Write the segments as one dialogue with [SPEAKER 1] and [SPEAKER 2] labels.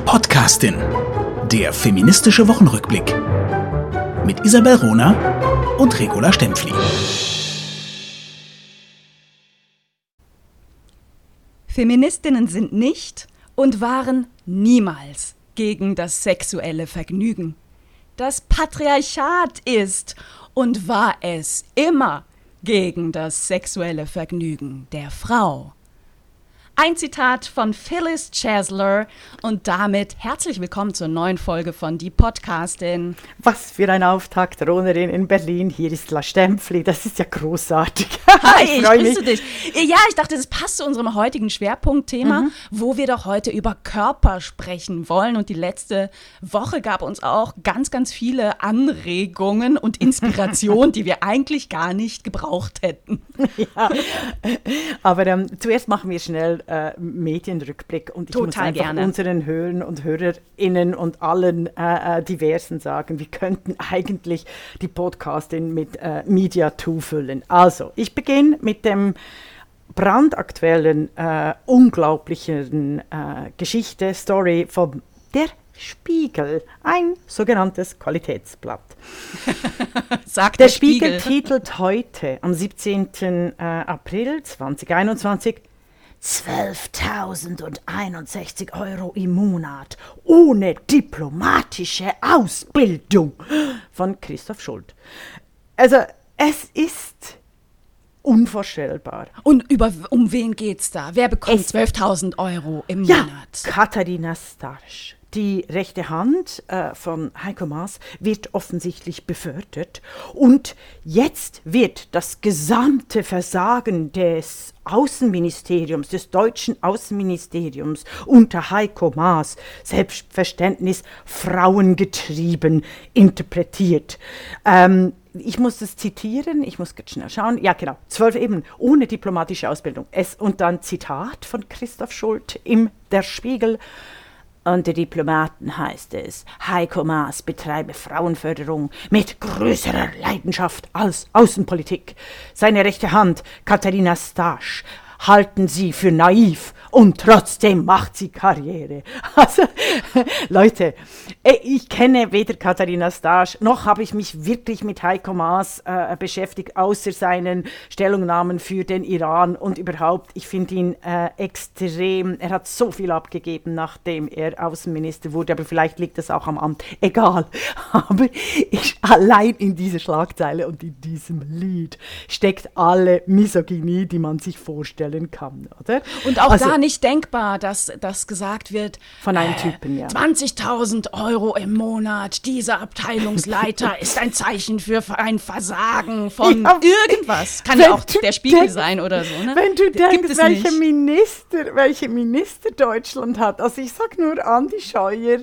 [SPEAKER 1] Podcastin, der feministische Wochenrückblick mit Isabel Rohner und Regula Stempfli.
[SPEAKER 2] Feministinnen sind nicht und waren niemals gegen das sexuelle Vergnügen. Das Patriarchat ist und war es immer gegen das sexuelle Vergnügen der Frau. Ein Zitat von Phyllis Chesler und damit herzlich willkommen zur neuen Folge von Die Podcastin.
[SPEAKER 3] Was für ein Auftakt, Rohnerin in Berlin. Hier ist La Stempfli, das ist ja großartig.
[SPEAKER 2] Hi, ich grüße dich. Ja, ich dachte, das passt zu unserem heutigen Schwerpunktthema, wo wir doch heute über Körper sprechen wollen. Und die letzte Woche gab uns auch ganz, ganz viele Anregungen und Inspirationen, die wir eigentlich gar nicht gebraucht hätten.
[SPEAKER 3] Ja, aber zuerst machen wir schnell Medienrückblick und ich
[SPEAKER 2] Total
[SPEAKER 3] muss einfach
[SPEAKER 2] gerne
[SPEAKER 3] unseren Hörern und HörerInnen und allen Diversen sagen, wir könnten eigentlich die Podcastin mit Media 2 füllen. Also, ich beginne mit dem brandaktuellen, unglaublichen Story von der Spiegel, ein sogenanntes Qualitätsblatt.
[SPEAKER 2] Sagt
[SPEAKER 3] der Spiegel titelt heute, am 17. April 2021, 12.061 € im Monat ohne diplomatische Ausbildung von Christoph Schult. Also es ist unvorstellbar.
[SPEAKER 2] Und um wen geht's da? Wer bekommt 12.000 € im Monat?
[SPEAKER 3] Katharina Starsch. Die rechte Hand von Heiko Maas wird offensichtlich befördert und jetzt wird das gesamte Versagen des Außenministeriums, des deutschen Außenministeriums unter Heiko Maas, Selbstverständnis frauengetrieben interpretiert. Ich muss das zitieren, ich muss ganz schnell schauen. Ja, genau, 12 eben, ohne diplomatische Ausbildung. Und dann Zitat von Christoph Schult im Der Spiegel. Unter Diplomaten heißt es, Heiko Maas betreibe Frauenförderung mit größerer Leidenschaft als Außenpolitik. Seine rechte Hand, Katharina Starsch, halten sie für naiv und trotzdem macht sie Karriere. Also, Leute, ich kenne weder Katharina Starsch, noch habe ich mich wirklich mit Heiko Maas beschäftigt, außer seinen Stellungnahmen für den Iran und überhaupt, ich finde ihn extrem, er hat so viel abgegeben, nachdem er Außenminister wurde, aber vielleicht liegt das auch am Amt, egal. Aber allein in dieser Schlagzeile und in diesem Lied steckt alle Misogynie, die man sich vorstellen kann, oder?
[SPEAKER 2] Und auch da nicht denkbar, dass das gesagt wird,
[SPEAKER 3] von einem Typen, ja.
[SPEAKER 2] 20.000 € im Monat, dieser Abteilungsleiter ist ein Zeichen für ein Versagen von irgendwas. Kann ja auch der Spiegel sein oder so. Ne?
[SPEAKER 3] Wenn du denkst, welche Minister Deutschland hat, also ich sag nur Andi Scheuer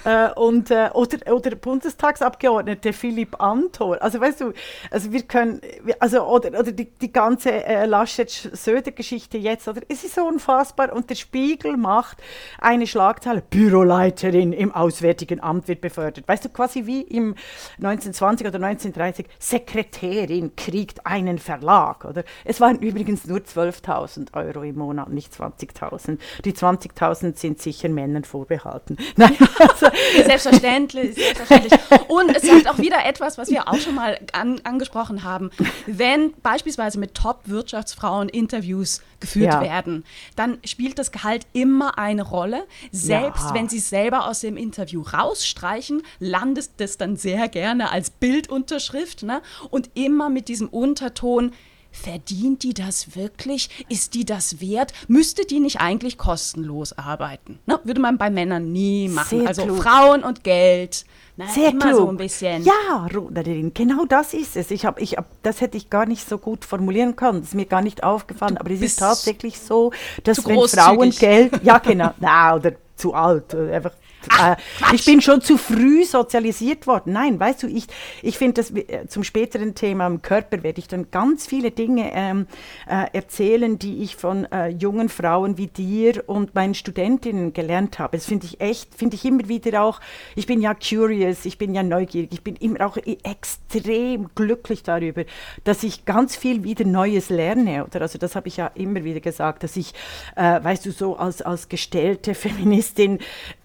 [SPEAKER 3] oder Bundestagsabgeordnete Philipp Amthor, also weißt du, also wir können, oder die ganze Laschet-Söder-Geschichte jetzt, oder es ist so unfassbar und der Spiegel macht eine Schlagzeile, Büroleiterin im Auswärtigen Amt wird befördert. Weißt du, quasi wie im 1920 oder 1930, Sekretärin kriegt einen Verlag, oder? Es waren übrigens nur 12.000 € im Monat, nicht 20.000. Die 20.000 sind sicher Männern vorbehalten. Nein, also
[SPEAKER 2] Selbstverständlich. Und es sagt auch wieder etwas, was wir auch schon mal angesprochen haben. Wenn beispielsweise mit Top-Wirtschaftsfrauen Interviews geführt werden, dann spielt das Gehalt immer eine Rolle. Selbst wenn sie es selber aus dem Interview rausstreichen, landet das dann sehr gerne als Bildunterschrift, ne? Und immer mit diesem Unterton, verdient die das wirklich? Ist die das wert? Müsste die nicht eigentlich kostenlos arbeiten? Ne? Würde man bei Männern nie machen.
[SPEAKER 3] Sehr
[SPEAKER 2] also
[SPEAKER 3] klug.
[SPEAKER 2] Frauen und Geld. Na,
[SPEAKER 3] sehr
[SPEAKER 2] immer
[SPEAKER 3] klug.
[SPEAKER 2] So ein bisschen.
[SPEAKER 3] Ja, Roderin, genau das ist es. Das hätte ich gar nicht so gut formulieren können. Das ist mir gar nicht aufgefallen. Aber es ist tatsächlich so, dass wenn Frauen Geld, ja genau, oder zu alt, einfach. Ich bin schon zu früh sozialisiert worden. Nein, weißt du, ich finde, dass zum späteren Thema im Körper werde ich dann ganz viele Dinge erzählen, die ich von jungen Frauen wie dir und meinen Studentinnen gelernt habe. Das finde ich immer wieder auch, ich bin ja curious, ich bin ja neugierig, ich bin immer auch extrem glücklich darüber, dass ich ganz viel wieder Neues lerne. Oder? Also das habe ich ja immer wieder gesagt, dass ich, weißt du, so als gestellte Feministin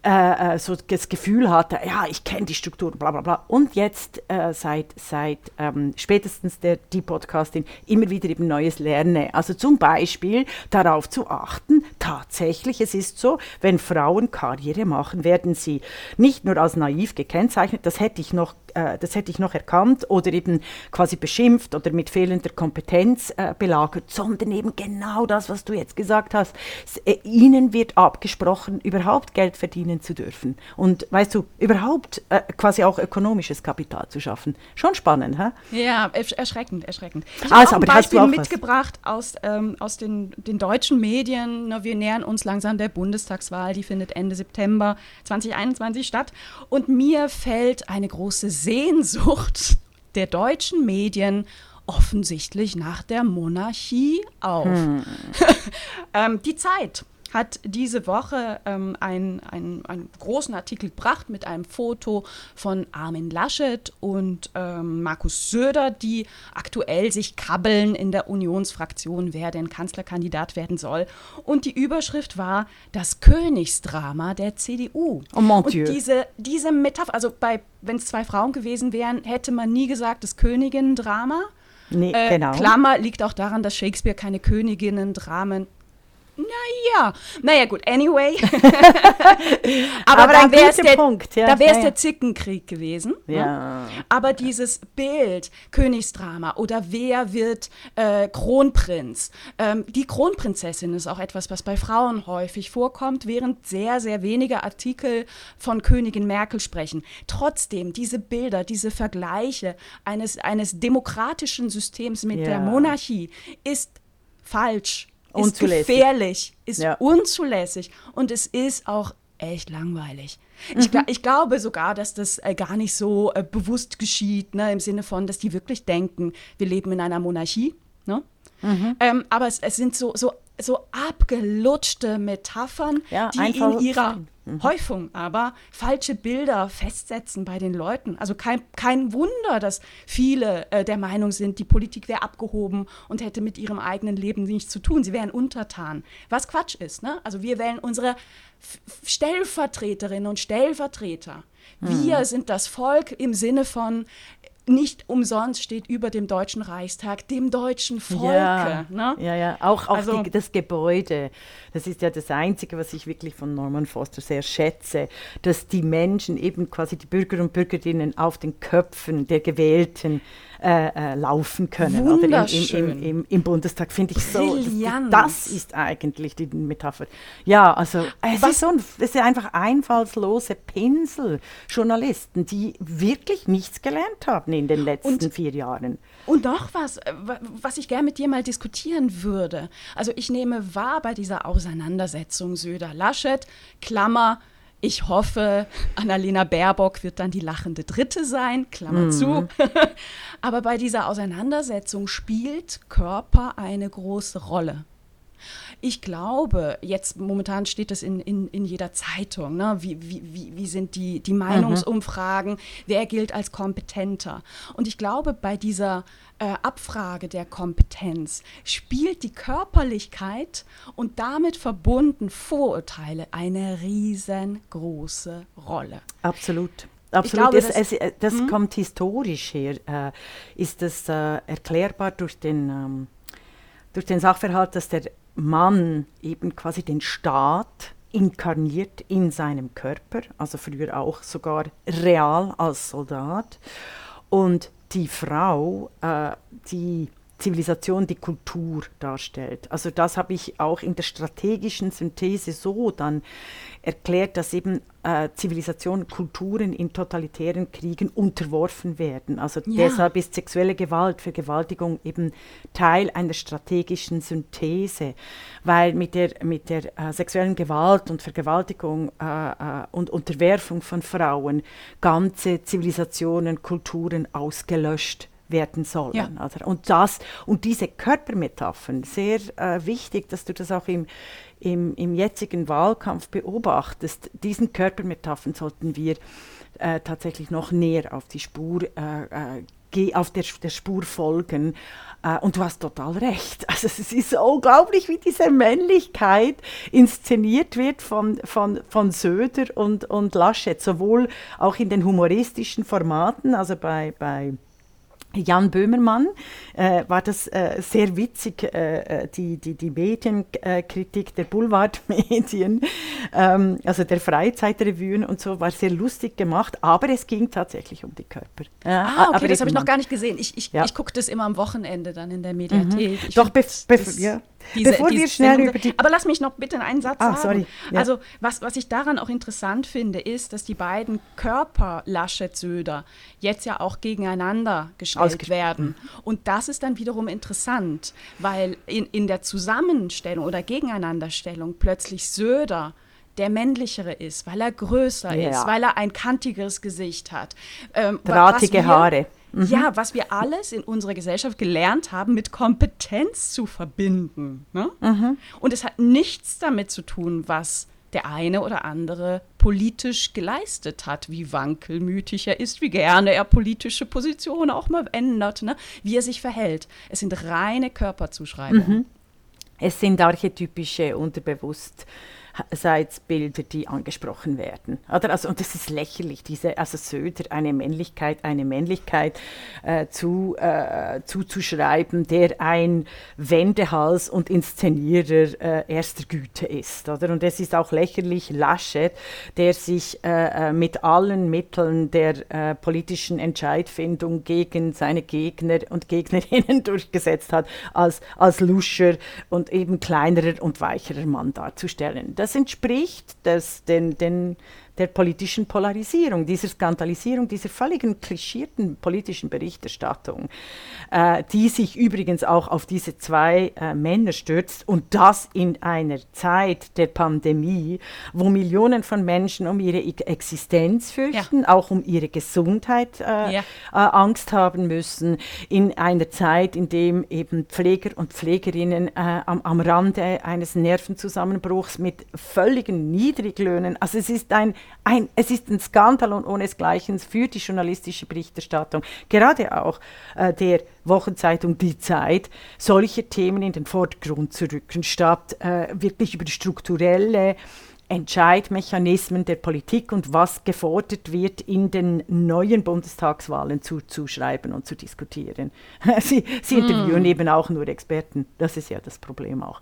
[SPEAKER 3] so das Gefühl hatte, ja, ich kenne die Struktur, bla bla bla. Und jetzt seit spätestens die Podcastin immer wieder eben Neues lerne. Also zum Beispiel darauf zu achten, tatsächlich, es ist so, wenn Frauen Karriere machen, werden sie nicht nur als naiv gekennzeichnet, das hätte ich noch erkannt oder eben quasi beschimpft oder mit fehlender Kompetenz belagert, sondern eben genau das, was du jetzt gesagt hast. Ihnen wird abgesprochen, überhaupt Geld verdienen zu dürfen und, weißt du, überhaupt quasi auch ökonomisches Kapital zu schaffen. Schon spannend, hä?
[SPEAKER 2] Ja, erschreckend. Ich habe auch ein Beispiel mitgebracht aus den deutschen Medien. Wir nähern uns langsam der Bundestagswahl, die findet Ende September 2021 statt. Und mir fällt eine große Sehnsucht der deutschen Medien offensichtlich nach der Monarchie auf. Die Zeit hat diese Woche einen großen Artikel gebracht mit einem Foto von Armin Laschet und Markus Söder, die aktuell sich kabbeln in der Unionsfraktion, wer denn Kanzlerkandidat werden soll. Und die Überschrift war das Königsdrama der CDU.
[SPEAKER 3] Oh mon Dieu.
[SPEAKER 2] Und diese Metapher, also wenn es 2 Frauen gewesen wären, hätte man nie gesagt, das Königinnen-Drama.
[SPEAKER 3] Nee, genau.
[SPEAKER 2] Klammer liegt auch daran, dass Shakespeare keine Königinnen-Dramen. Naja gut, anyway. aber da wäre es der Zickenkrieg gewesen.
[SPEAKER 3] Ja.
[SPEAKER 2] Ne? Aber dieses Bild, Königsdrama oder wer wird Kronprinz? Die Kronprinzessin ist auch etwas, was bei Frauen häufig vorkommt, während sehr, sehr wenige Artikel von Königin Merkel sprechen. Trotzdem, diese Bilder, diese Vergleiche eines demokratischen Systems mit der Monarchie ist falsch. Ist gefährlich, ist unzulässig und es ist auch echt langweilig. Ich glaube sogar, dass das gar nicht so bewusst geschieht, ne, im Sinne von, dass die wirklich denken, wir leben in einer Monarchie. Ne? Aber es sind so abgelutschte Metaphern, die in ihrer Häufung aber falsche Bilder festsetzen bei den Leuten. Also kein Wunder, dass viele der Meinung sind, die Politik wäre abgehoben und hätte mit ihrem eigenen Leben nichts zu tun. Sie wären untertan. Was Quatsch ist, ne? Also wir wählen unsere Stellvertreterinnen und Stellvertreter. Wir sind das Volk im Sinne von nicht umsonst steht über dem Deutschen Reichstag, dem deutschen Volke. Ne?
[SPEAKER 3] Auch also, das Gebäude. Das ist ja das Einzige, was ich wirklich von Norman Foster sehr schätze, dass die Menschen eben quasi die Bürger und Bürgerinnen auf den Köpfen der Gewählten laufen können.
[SPEAKER 2] Wunderschön.
[SPEAKER 3] Oder im Bundestag finde ich so.
[SPEAKER 2] Brillant.
[SPEAKER 3] Das ist eigentlich die Metapher. Ja, also es ist einfach einfallslose Pinseljournalisten, die wirklich nichts gelernt haben in den letzten 4 Jahren.
[SPEAKER 2] Und noch was ich gerne mit dir mal diskutieren würde. Also ich nehme wahr bei dieser Auseinandersetzung Söder-Laschet, Klammer, ich hoffe, Annalena Baerbock wird dann die lachende Dritte sein, Klammer zu. Aber bei dieser Auseinandersetzung spielt Körper eine große Rolle. Ich glaube, jetzt momentan steht das in jeder Zeitung, ne? Wie sind die Meinungsumfragen, wer gilt als kompetenter? Und ich glaube, bei dieser Abfrage der Kompetenz spielt die Körperlichkeit und damit verbunden Vorurteile eine riesengroße Rolle.
[SPEAKER 3] Absolut.
[SPEAKER 2] Glaube,
[SPEAKER 3] das kommt historisch her. Ist das erklärbar durch den Sachverhalt, dass der Mann eben quasi den Staat inkarniert in seinem Körper, also früher auch sogar real als Soldat, und die Frau die Zivilisation, die Kultur darstellt. Also das habe ich auch in der strategischen Synthese so dann erklärt, dass eben Zivilisationen, Kulturen in totalitären Kriegen unterworfen werden. Also deshalb ist sexuelle Gewalt, Vergewaltigung eben Teil einer strategischen Synthese, weil mit der sexuellen Gewalt und Vergewaltigung und Unterwerfung von Frauen ganze Zivilisationen, Kulturen ausgelöscht werden sollen.
[SPEAKER 2] Ja.
[SPEAKER 3] Also, und diese Körpermetaphern, sehr wichtig, dass du das auch im jetzigen Wahlkampf beobachtest. Diesen Körpermetaphern sollten wir tatsächlich noch näher auf die Spur auf der Spur folgen. Und du hast total recht. Also es ist so unglaublich, wie diese Männlichkeit inszeniert wird von Söder und Laschet, sowohl auch in den humoristischen Formaten, also bei Jan Böhmermann war das sehr witzig, die Medienkritik der Boulevardmedien, also der Freizeitrevuen und so, war sehr lustig gemacht, aber es ging tatsächlich um die Körper.
[SPEAKER 2] Okay, aber das habe ich noch gar nicht gesehen. Ich gucke das immer am Wochenende dann in der Mediathek.
[SPEAKER 3] Doch, bevor wir schnell über die...
[SPEAKER 2] Aber lass mich noch bitte einen Satz sagen.
[SPEAKER 3] Sorry. Ja.
[SPEAKER 2] Also was ich daran auch interessant finde, ist, dass die beiden Körper Laschet-Söder jetzt ja auch gegeneinander gestellt werden. Und das ist dann wiederum interessant, weil in der Zusammenstellung oder Gegeneinanderstellung plötzlich Söder der männlichere ist, weil er größer ist, weil er ein kantigeres Gesicht hat.
[SPEAKER 3] Drahtige Haare.
[SPEAKER 2] Ja, was wir alles in unserer Gesellschaft gelernt haben, mit Kompetenz zu verbinden. Ne? Und es hat nichts damit zu tun, was der eine oder andere politisch geleistet hat, wie wankelmütig er ist, wie gerne er politische Positionen auch mal ändert, ne? Wie er sich verhält. Es sind reine Körperzuschreibungen.
[SPEAKER 3] Es sind archetypische, Unterbewusstseinsbilder, die angesprochen werden. Oder? Also, und das ist lächerlich, Söder eine Männlichkeit zuzuschreiben, der ein Wendehals und Inszenierer erster Güte ist. Oder? Und es ist auch lächerlich Laschet, der sich mit allen Mitteln der politischen Entscheidfindung gegen seine Gegner und Gegnerinnen durchgesetzt hat, als luscher und eben kleinerer und weicherer Mann darzustellen. Das entspricht der politischen Polarisierung, dieser Skandalisierung, dieser völligen klischierten politischen Berichterstattung, die sich übrigens auch auf diese zwei Männer stürzt, und das in einer Zeit der Pandemie, wo Millionen von Menschen um ihre Existenz fürchten, auch um ihre Gesundheit Angst haben müssen, in einer Zeit, in dem eben Pfleger und Pflegerinnen am Rande eines Nervenzusammenbruchs mit völligen Niedriglöhnen, also es ist ein Skandal und ohnesgleichen für die journalistische Berichterstattung, gerade auch der Wochenzeitung Die Zeit, solche Themen in den Vordergrund zu rücken, statt wirklich über die strukturelle Entscheidmechanismen der Politik und was gefordert wird, in den neuen Bundestagswahlen zuzuschreiben und zu diskutieren. Sie interviewen eben auch nur Experten. Das ist ja das Problem auch.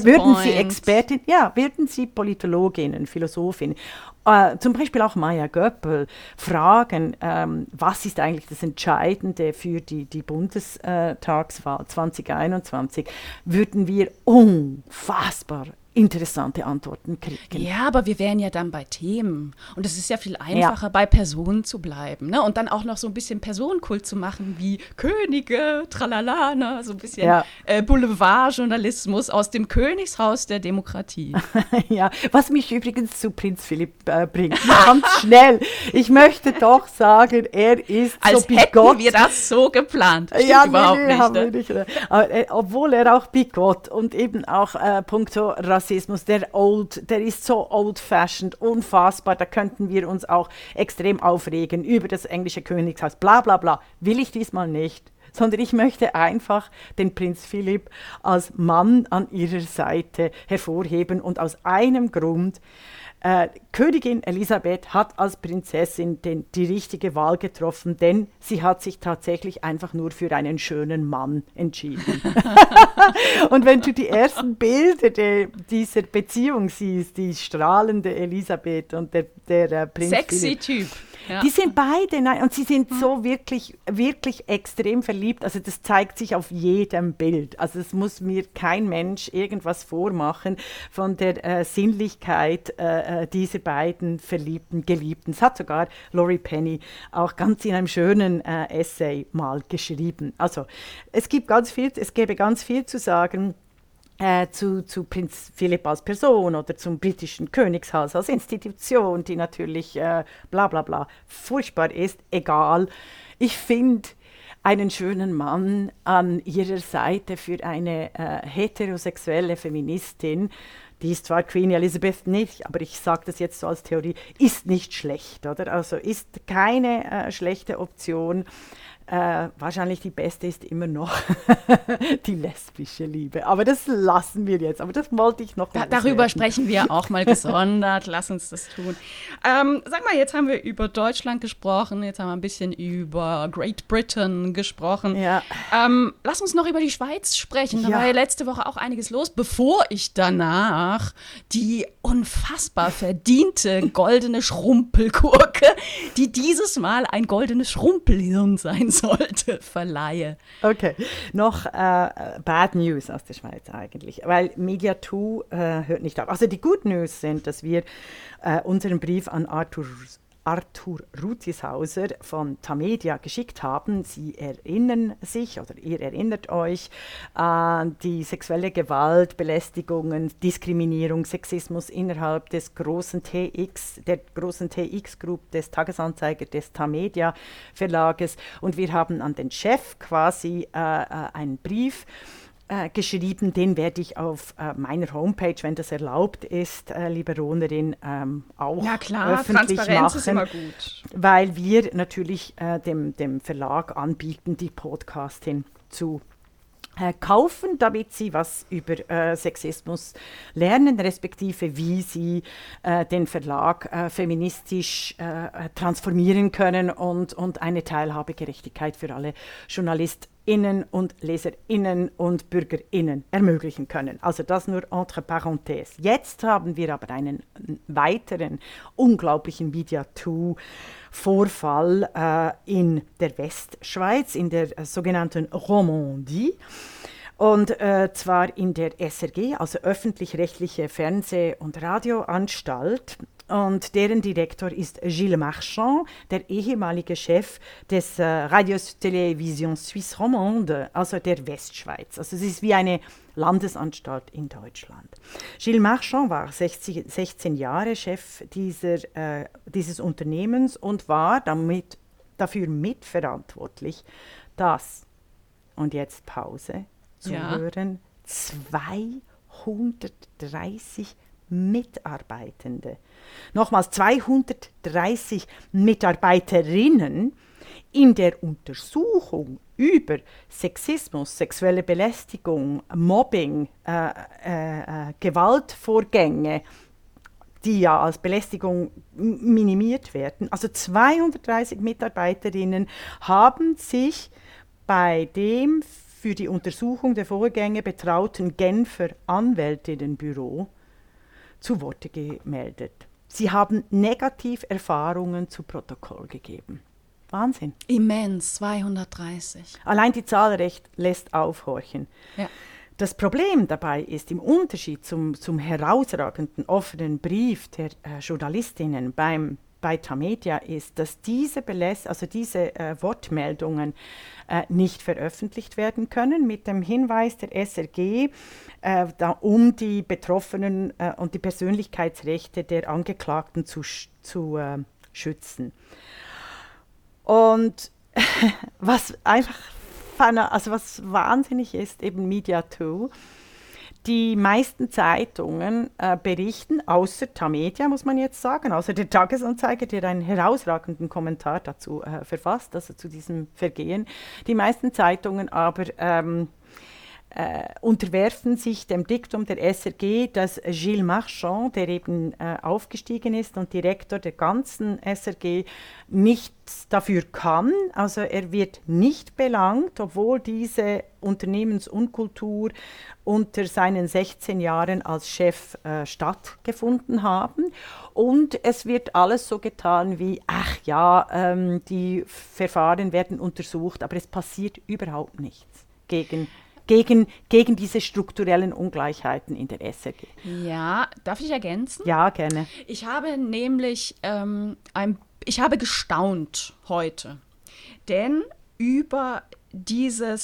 [SPEAKER 3] Würden Sie Politologinnen, Philosophinnen, zum Beispiel auch Maya Göppel, fragen, was ist eigentlich das Entscheidende für die Bundestagswahl 2021, würden wir unfassbar interessante Antworten kriegen.
[SPEAKER 2] Ja, aber wir wären ja dann bei Themen. Und es ist ja viel einfacher, bei Personen zu bleiben. Ne? Und dann auch noch so ein bisschen Personenkult zu machen, wie Könige, tralala, ne? So ein bisschen Boulevardjournalismus aus dem Königshaus der Demokratie.
[SPEAKER 3] Ja, was mich übrigens zu Prinz Philipp bringt. Ganz schnell. Ich möchte doch sagen, er ist
[SPEAKER 2] als
[SPEAKER 3] so
[SPEAKER 2] hätten
[SPEAKER 3] bigott.
[SPEAKER 2] wir das so geplant. Stimmt überhaupt nicht.
[SPEAKER 3] Haben wir nicht. Aber, obwohl er auch bigott und eben auch puncto Rassismus, der ist so old-fashioned, unfassbar, da könnten wir uns auch extrem aufregen über das englische Königshaus, bla bla bla, will ich diesmal nicht, sondern ich möchte einfach den Prinz Philipp als Mann an ihrer Seite hervorheben und aus einem Grund: Königin Elisabeth hat als Prinzessin die richtige Wahl getroffen, denn sie hat sich tatsächlich einfach nur für einen schönen Mann entschieden. Und wenn du die ersten Bilder dieser Beziehung siehst, die strahlende Elisabeth und der Prinz
[SPEAKER 2] Sexy
[SPEAKER 3] Philipp,
[SPEAKER 2] Typ. Ja.
[SPEAKER 3] Die sind beide, und sie sind so wirklich, wirklich extrem verliebt. Also das zeigt sich auf jedem Bild. Also es muss mir kein Mensch irgendwas vormachen von der Sinnlichkeit dieser beiden verliebten Geliebten. Das hat sogar Laurie Penny auch ganz in einem schönen Essay mal geschrieben. Also es gäbe ganz viel zu sagen zu Prinz Philipp als Person oder zum britischen Königshaus als Institution, die natürlich bla bla bla furchtbar ist, egal. Ich finde einen schönen Mann an ihrer Seite für eine heterosexuelle Feministin, die ist zwar Queen Elizabeth nicht, aber ich sage das jetzt so als Theorie, ist nicht schlecht, oder? Also ist keine schlechte Option. Wahrscheinlich die beste ist immer noch die lesbische Liebe. Aber das lassen wir jetzt. Aber das wollte ich noch mal
[SPEAKER 2] darüber sprechen wir auch mal gesondert. Lass uns das tun. Sag mal, jetzt haben wir über Deutschland gesprochen. Jetzt haben wir ein bisschen über Great Britain gesprochen.
[SPEAKER 3] Ja.
[SPEAKER 2] Lass uns noch über die Schweiz sprechen. Da war ja letzte Woche auch einiges los, bevor ich danach die unfassbar verdiente goldene Schrumpelgurke, die dieses Mal ein goldenes Schrumpelhirn sein sollte, verleihe.
[SPEAKER 3] Okay, noch Bad News aus der Schweiz eigentlich, weil Media2 hört nicht auf. Also die Good News sind, dass wir unseren Brief an Arthur Rutishauser von Tamedia geschickt haben. Sie erinnern sich oder ihr erinnert euch an die sexuelle Gewalt, Belästigungen, Diskriminierung, Sexismus innerhalb des großen der großen TX Group, des Tagesanzeiger, des Tamedia Verlages. Und wir haben an den Chef quasi einen Brief geschrieben, den werde ich auf meiner Homepage, wenn das erlaubt ist, liebe Ronerin, auch
[SPEAKER 2] ja klar,
[SPEAKER 3] öffentlich
[SPEAKER 2] Transparenz
[SPEAKER 3] machen,
[SPEAKER 2] ist immer gut.
[SPEAKER 3] Weil wir natürlich dem Verlag anbieten, die Podcastin zu kaufen, damit sie was über Sexismus lernen, respektive wie sie den Verlag feministisch transformieren können und eine Teilhabegerechtigkeit für alle JournalistInnen und LeserInnen und BürgerInnen ermöglichen können. Also das nur entre parenthèses. Jetzt haben wir aber einen weiteren unglaublichen Media2-Vorfall in der Westschweiz, in der sogenannten Romandie. Und zwar in der SRG, also öffentlich-rechtliche Fernseh- und Radioanstalt. Und deren Direktor ist Gilles Marchand, der ehemalige Chef des Radio-Télévision Suisse Romande, also der Westschweiz. Also es ist wie eine Landesanstalt in Deutschland. Gilles Marchand war 16 Jahre Chef dieses Unternehmens und war dafür mitverantwortlich, dass, und jetzt Pause, zu hören, 230 Mitarbeitende, nochmals 230 Mitarbeiterinnen in der Untersuchung über Sexismus, sexuelle Belästigung, Mobbing, Gewaltvorgänge, die ja als Belästigung minimiert werden. Also 230 Mitarbeiterinnen haben sich bei dem für die Untersuchung der Vorgänge betrauten Genfer Anwältinnenbüro zu Worte gemeldet. Sie haben Negativerfahrungen zu Protokoll gegeben. Wahnsinn.
[SPEAKER 2] Immens, 230.
[SPEAKER 3] Allein die Zahl lässt aufhorchen.
[SPEAKER 2] Ja.
[SPEAKER 3] Das Problem dabei ist, im Unterschied zum herausragenden offenen Brief der Journalistinnen bei Tamedia ist, dass diese Wortmeldungen nicht veröffentlicht werden können, mit dem Hinweis der SRG, um die Betroffenen und die Persönlichkeitsrechte der Angeklagten zu schützen. Und was wahnsinnig ist, eben Media2, die meisten Zeitungen berichten, außer Tamedia, muss man jetzt sagen, außer der Tagesanzeiger, der einen herausragenden Kommentar dazu verfasst, also zu diesem Vergehen. Die meisten Zeitungen aber unterwerfen sich dem Diktum der SRG, dass Gilles Marchand, der eben aufgestiegen ist und Direktor der ganzen SRG, nichts dafür kann. Also er wird nicht belangt, obwohl diese Unternehmensunkultur unter seinen 16 Jahren als Chef stattgefunden haben. Und es wird alles so getan wie, die Verfahren werden untersucht, aber es passiert überhaupt nichts gegen diese strukturellen Ungleichheiten in der SRG.
[SPEAKER 2] Ja, darf ich ergänzen?
[SPEAKER 3] Ja, gerne.
[SPEAKER 2] Ich habe nämlich ich habe gestaunt heute, denn über diesen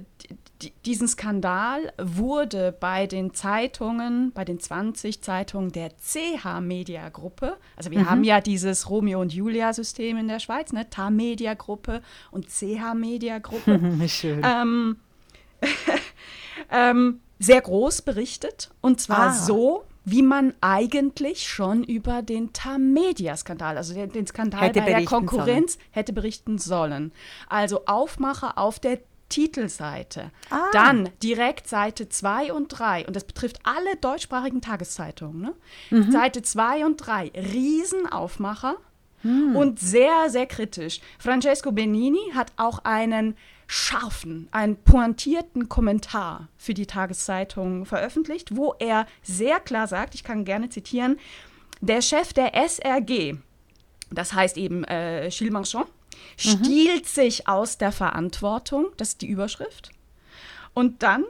[SPEAKER 2] Skandal wurde bei den 20 Zeitungen der CH-Media-Gruppe, also wir haben ja dieses Romeo und Julia-System in der Schweiz, ne? TAM-Media-Gruppe und CH-Media-Gruppe,
[SPEAKER 3] Schön.
[SPEAKER 2] sehr groß berichtet, und zwar so, wie man eigentlich schon über den Tamedia-Skandal, also den Skandal bei der Konkurrenz, hätte berichten sollen. Also Aufmacher auf der Titelseite, dann direkt Seite 2 und 3, und das betrifft alle deutschsprachigen Tageszeitungen, ne? Seite 2 und 3, Riesenaufmacher und sehr, sehr kritisch. Francesco Benini hat auch einen pointierten Kommentar für die Tageszeitung veröffentlicht, wo er sehr klar sagt, ich kann gerne zitieren, der Chef der SRG, das heißt eben Gilles Marchand, stiehlt sich aus der Verantwortung, das ist die Überschrift. Und dann,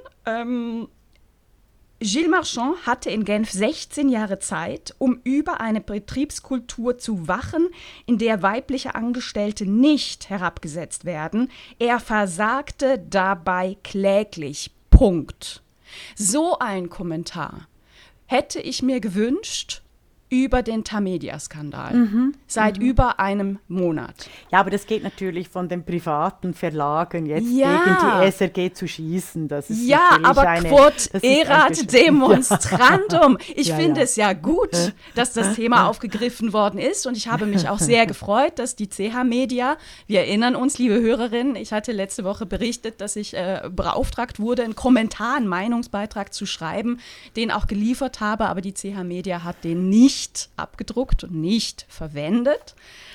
[SPEAKER 2] Gilles Marchand hatte in Genf 16 Jahre Zeit, um über eine Betriebskultur zu wachen, in der weibliche Angestellte nicht herabgesetzt werden. Er versagte dabei kläglich. Punkt. So ein Kommentar hätte ich mir gewünscht über den Tamedia-Skandal seit über einem Monat.
[SPEAKER 3] Ja, aber das geht natürlich von den privaten Verlagen jetzt gegen die SRG zu schießen. Das ist
[SPEAKER 2] aber quod erat demonstrandum. Ich finde es ja gut, dass das Thema aufgegriffen worden ist, und ich habe mich auch sehr gefreut, dass die CH Media, wir erinnern uns, liebe Hörerinnen, ich hatte letzte Woche berichtet, dass ich beauftragt wurde, einen Kommentar, einen Meinungsbeitrag zu schreiben, den auch geliefert habe, aber die CH Media hat den nicht abgedruckt und nicht verwendet.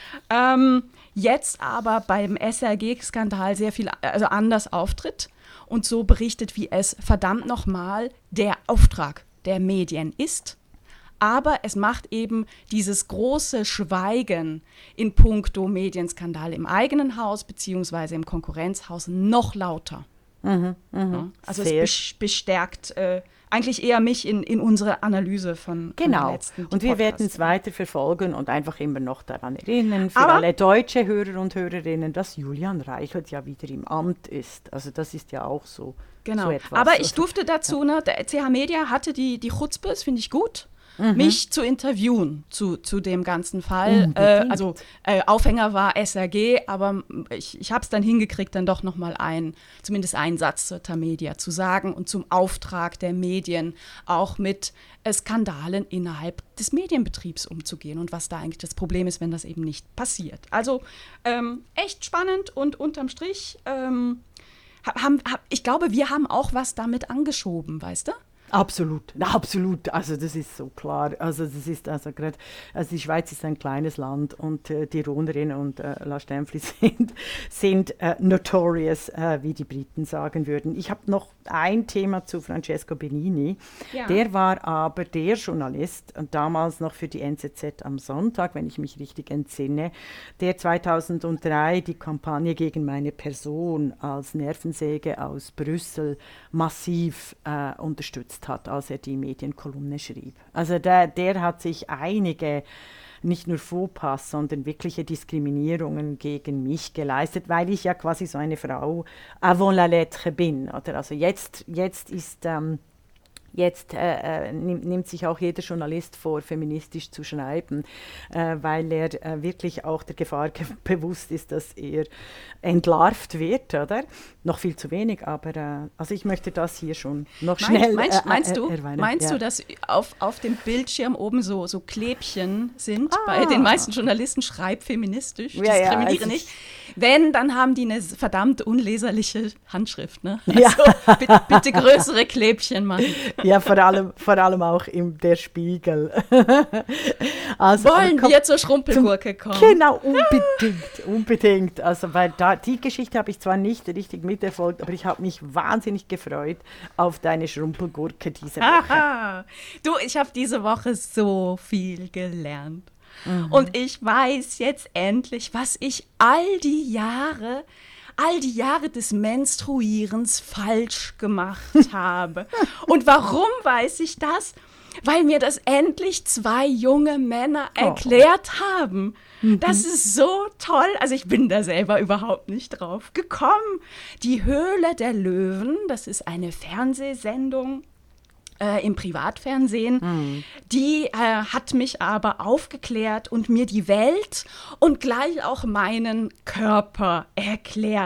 [SPEAKER 2] Jetzt aber beim SRG-Skandal sehr viel anders auftritt und so berichtet, wie es verdammt nochmal der Auftrag der Medien ist. Aber es macht eben dieses große Schweigen in puncto Medienskandal im eigenen Haus beziehungsweise im Konkurrenzhaus noch lauter. Ja, also es bestärkt eigentlich eher mich in unsere Analyse von der letzten
[SPEAKER 3] und wir werden es weiter verfolgen und einfach immer noch daran erinnern, für alle deutsche Hörer und Hörerinnen, dass Julian Reichelt ja wieder im Amt ist. Also das ist ja auch so, so etwas.
[SPEAKER 2] Aber ich durfte dazu, der CH Media hatte die Chutzpe, das finde ich gut, mich zu interviewen zu dem ganzen Fall. Aufhänger war SRG, aber ich habe es dann hingekriegt, dann doch nochmal zumindest einen Satz zur Tamedia zu sagen und zum Auftrag der Medien auch mit Skandalen innerhalb des Medienbetriebs umzugehen und was da eigentlich das Problem ist, wenn das eben nicht passiert. Also echt spannend, und unterm Strich, ich glaube, wir haben auch was damit angeschoben, weißt du?
[SPEAKER 3] Absolut, absolut. Also das ist so klar. Also das ist gerade, die Schweiz ist ein kleines Land und die Ronerinnen und La Stempfli sind notorious, wie die Briten sagen würden. Ich habe noch ein Thema zu Francesco Benini. Ja. Der war aber der Journalist, damals noch für die NZZ am Sonntag, wenn ich mich richtig entsinne, der 2003 die Kampagne gegen meine Person als Nervensäge aus Brüssel massiv unterstützt hat, als er die Medienkolumne schrieb. Also der hat sich einige, nicht nur Fauxpas, sondern wirkliche Diskriminierungen gegen mich geleistet, weil ich ja quasi so eine Frau avant la lettre bin. Oder? Also jetzt ist... Jetzt nimmt sich auch jeder Journalist vor, feministisch zu schreiben, weil er wirklich auch der Gefahr bewusst ist, dass er entlarvt wird, oder? Noch viel zu wenig, aber also ich möchte das hier schon noch schnell
[SPEAKER 2] Meinst du, dass auf dem Bildschirm oben so Klebchen sind bei den meisten Journalisten, schreib feministisch, diskriminiere nicht? Wenn, dann haben die eine verdammt unleserliche Handschrift, ne? Also bitte größere Klebchen machen.
[SPEAKER 3] Ja, vor allem auch Der Spiegel. Also,
[SPEAKER 2] wollen wir zur Schrumpelgurke kommen?
[SPEAKER 3] Genau, unbedingt. Also, weil die Geschichte habe ich zwar nicht richtig miterfolgt, aber ich habe mich wahnsinnig gefreut auf deine Schrumpelgurke diese Woche.
[SPEAKER 2] Aha. Du, ich habe diese Woche so viel gelernt. Und ich weiß jetzt endlich, was ich all die Jahre des Menstruierens falsch gemacht habe. Und warum weiß ich das? Weil mir das endlich 2 junge Männer erklärt haben. Das ist so toll. Also ich bin da selber überhaupt nicht drauf gekommen. Die Höhle der Löwen, das ist eine Fernsehsendung im Privatfernsehen, die hat mich aber aufgeklärt und mir die Welt und gleich auch meinen Körper erklärt.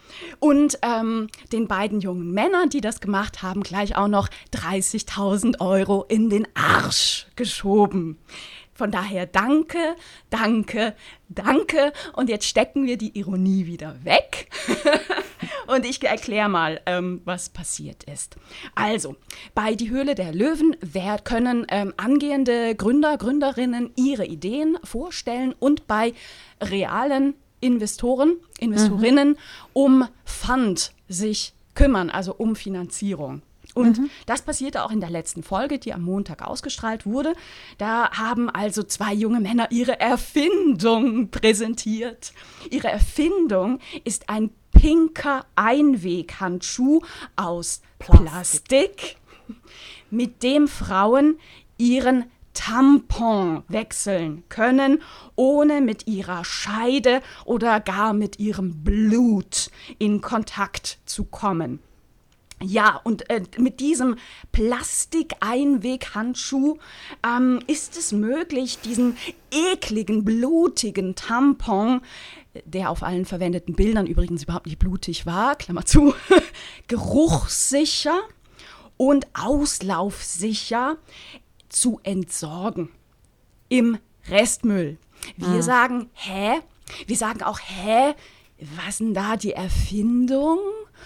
[SPEAKER 2] Und den beiden jungen Männern, die das gemacht haben, gleich auch noch 30.000 € in den Arsch geschoben. Von daher danke, danke, danke. Und jetzt stecken wir die Ironie wieder weg. Und ich erkläre mal, was passiert ist. Also, bei Die Höhle der Löwen können angehende Gründer, Gründerinnen ihre Ideen vorstellen und bei realen Investorinnen um Fund sich kümmern, also um Finanzierung. Und das passierte auch in der letzten Folge, die am Montag ausgestrahlt wurde. Da haben also 2 junge Männer ihre Erfindung präsentiert. Ihre Erfindung ist ein pinker Einweghandschuh aus Plastik, mit dem Frauen ihren Tampon wechseln können, ohne mit ihrer Scheide oder gar mit ihrem Blut in Kontakt zu kommen. Ja, und mit diesem Plastikeinweghandschuh ist es möglich, diesen ekligen, blutigen Tampon, der auf allen verwendeten Bildern übrigens überhaupt nicht blutig war, Klammer zu, geruchssicher und auslaufsicher zu entsorgen im Restmüll. Wir sagen, hä? Wir sagen auch, hä? Was denn da die Erfindung?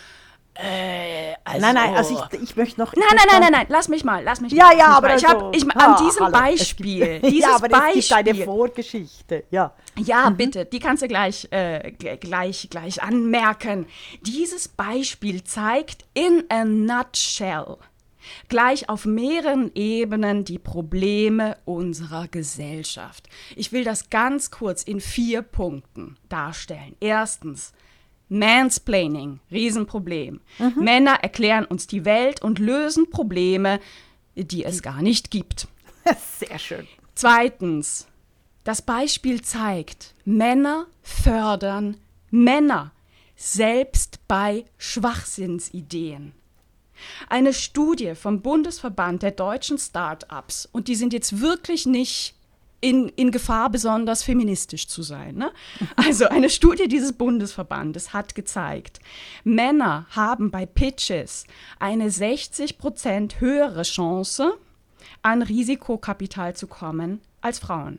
[SPEAKER 3] Also ich möchte noch...
[SPEAKER 2] Nein, lass mich mal.
[SPEAKER 3] Ja, aber
[SPEAKER 2] an diesem Beispiel...
[SPEAKER 3] Es gibt eine Vorgeschichte, ja.
[SPEAKER 2] Ja, bitte, die kannst du gleich anmerken. Dieses Beispiel zeigt in a nutshell gleich auf mehreren Ebenen die Probleme unserer Gesellschaft. Ich will das ganz kurz in 4 Punkten darstellen. Erstens, Mansplaining, Riesenproblem. Männer erklären uns die Welt und lösen Probleme, die es gar nicht gibt.
[SPEAKER 3] Sehr schön.
[SPEAKER 2] Zweitens, das Beispiel zeigt, Männer fördern Männer, selbst bei Schwachsinnsideen. Eine Studie vom Bundesverband der deutschen Start-ups, und die sind jetzt wirklich nicht in Gefahr, besonders feministisch zu sein. Ne? Also eine Studie dieses Bundesverbandes hat gezeigt, Männer haben bei Pitches eine 60% höhere Chance, an Risikokapital zu kommen, als Frauen.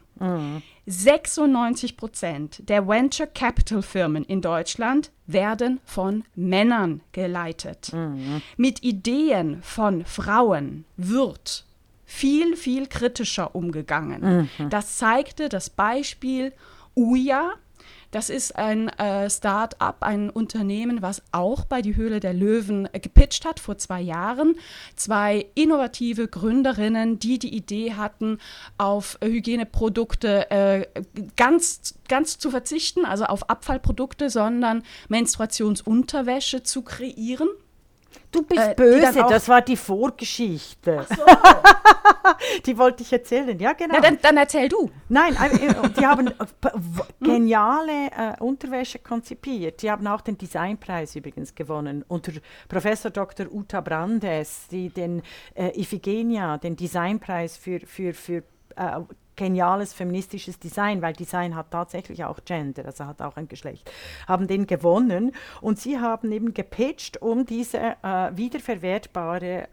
[SPEAKER 2] 96% der Venture Capital Firmen in Deutschland werden von Männern geleitet. Mit Ideen von Frauen wird viel, viel kritischer umgegangen. Das zeigte das Beispiel Ouya. Das ist ein Start-up, ein Unternehmen, was auch bei Die Höhle der Löwen gepitcht hat vor 2 Jahren. 2 innovative Gründerinnen, die Idee hatten, auf Hygieneprodukte ganz zu verzichten, also auf Abfallprodukte, sondern Menstruationsunterwäsche zu kreieren.
[SPEAKER 3] Du bist böse, das war die Vorgeschichte.
[SPEAKER 2] Ach so.
[SPEAKER 3] Die wollte ich erzählen, ja genau.
[SPEAKER 2] Na, dann erzähl du.
[SPEAKER 3] Nein, die haben geniale Unterwäsche konzipiert. Die haben auch den Designpreis übrigens gewonnen. Unter Professor Dr. Uta Brandes, die den Iphigenia, den Designpreis für geniales feministisches Design, weil Design hat tatsächlich auch Gender, also hat auch ein Geschlecht, haben den gewonnen und sie haben eben gepitcht, um diese wiederverwertbare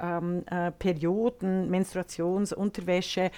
[SPEAKER 3] Menstruationsunterwäsche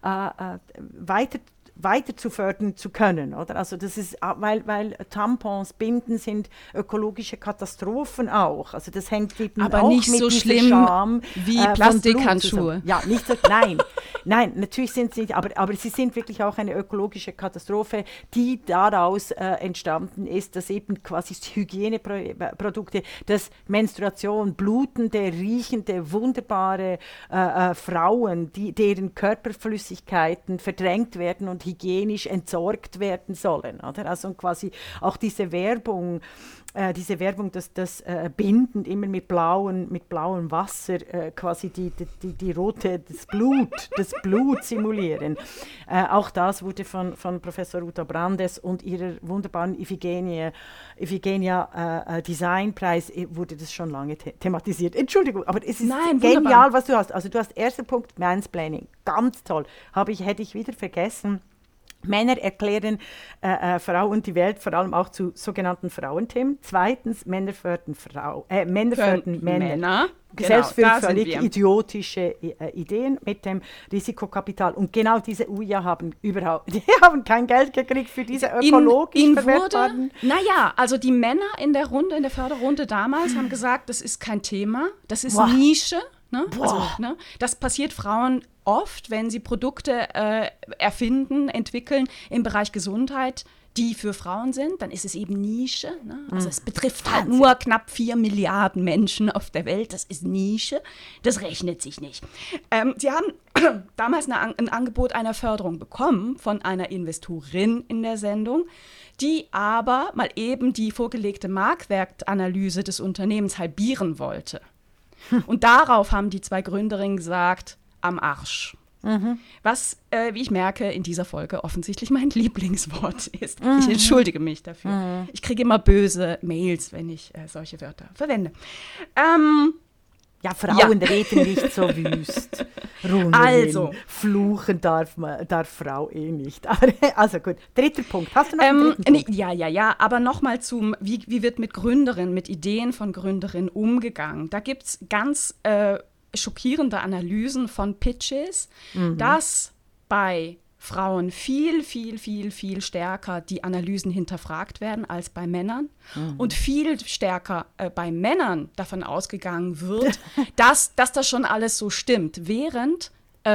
[SPEAKER 3] weiter zu fördern zu können, oder? Also das ist, weil Tampons, Binden sind ökologische Katastrophen auch. Also das hängt eben
[SPEAKER 2] aber
[SPEAKER 3] auch
[SPEAKER 2] nicht
[SPEAKER 3] mit
[SPEAKER 2] so
[SPEAKER 3] dieser
[SPEAKER 2] schlimm
[SPEAKER 3] Scham,
[SPEAKER 2] wie Plastikhandschuhe.
[SPEAKER 3] Ja, nicht so, nein, natürlich sind sie, aber sie sind wirklich auch eine ökologische Katastrophe, die daraus entstanden ist, dass eben quasi Hygieneprodukte, dass Menstruation, blutende, riechende, wunderbare Frauen, deren Körperflüssigkeiten verdrängt werden und hygienisch entsorgt werden sollen. Oder? Also quasi auch diese Werbung, dass das Binden immer mit blauem Wasser quasi die rote, das Blut simulieren. Auch das wurde von Professor Uta Brandes und ihrer wunderbaren Iphigenia Designpreis wurde das schon lange thematisiert. Entschuldigung, aber es ist genial, was du hast. Also du hast erster Punkt, Mansplaining, ganz toll. Hätte ich wieder vergessen. Männer erklären Frau und die Welt vor allem auch zu sogenannten Frauenthemen. Zweitens, Männer fördern Männer.
[SPEAKER 2] Genau,
[SPEAKER 3] Selbst für
[SPEAKER 2] da
[SPEAKER 3] völlig
[SPEAKER 2] sind wir.
[SPEAKER 3] idiotische Ideen mit dem Risikokapital. Und genau diese UIA haben haben kein Geld gekriegt für diese ökologisch verwertbaren.
[SPEAKER 2] Naja, also die Männer in der Förderrunde damals haben gesagt, das ist kein Thema, das ist
[SPEAKER 3] Boah.
[SPEAKER 2] Nische. Ne?
[SPEAKER 3] Boah.
[SPEAKER 2] Also, ne? Das passiert Frauen oft, wenn sie Produkte erfinden, entwickeln im Bereich Gesundheit, die für Frauen sind, dann ist es eben Nische. Ne? Also es betrifft halt nur knapp 4 Milliarden Menschen auf der Welt. Das ist Nische. Das rechnet sich nicht. Sie haben damals ein Angebot einer Förderung bekommen von einer Investorin in der Sendung, die aber mal eben die vorgelegte Marktwertanalyse des Unternehmens halbieren wollte. Und darauf haben die 2 Gründerinnen gesagt, am Arsch. Was, wie ich merke, in dieser Folge offensichtlich mein Lieblingswort ist. Ich entschuldige mich dafür. Ich kriege immer böse Mails, wenn ich solche Wörter verwende.
[SPEAKER 3] Ja, Frauen reden nicht so wüst.
[SPEAKER 2] Also.
[SPEAKER 3] Fluchen darf Frau eh nicht. Also gut, 3. Punkt. Hast du noch einen 3. Punkt?
[SPEAKER 2] Ja, aber nochmal zum, wie wird mit Gründerinnen, mit Ideen von Gründerinnen umgegangen? Da gibt es ganz schockierende Analysen von Pitches, dass bei Frauen viel stärker die Analysen hinterfragt werden als bei Männern und viel stärker bei Männern davon ausgegangen wird, dass das schon alles so stimmt, während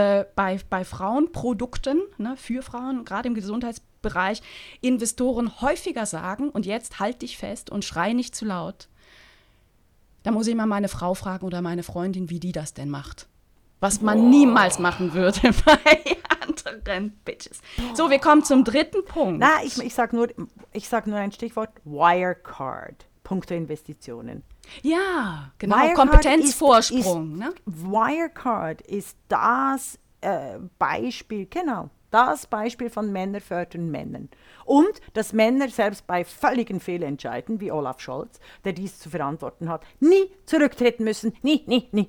[SPEAKER 2] bei Frauenprodukten, ne, für Frauen, gerade im Gesundheitsbereich, Investoren häufiger sagen, und jetzt halt dich fest und schrei nicht zu laut. Da muss ich mal meine Frau fragen oder meine Freundin, wie die das denn macht. Was man niemals machen würde bei anderen Bitches. So, wir kommen zum 3. Punkt.
[SPEAKER 3] Na, ich sag nur ein Stichwort: Wirecard. Punkte Investitionen.
[SPEAKER 2] Ja, genau.
[SPEAKER 3] Wirecard
[SPEAKER 2] Kompetenzvorsprung. Ne?
[SPEAKER 3] Wirecard ist das Beispiel, genau. Das Beispiel von Männer fördern Männern. Und dass Männer selbst bei völligen Fehlentscheiden, wie Olaf Scholz, der dies zu verantworten hat, nie zurücktreten müssen. Nie.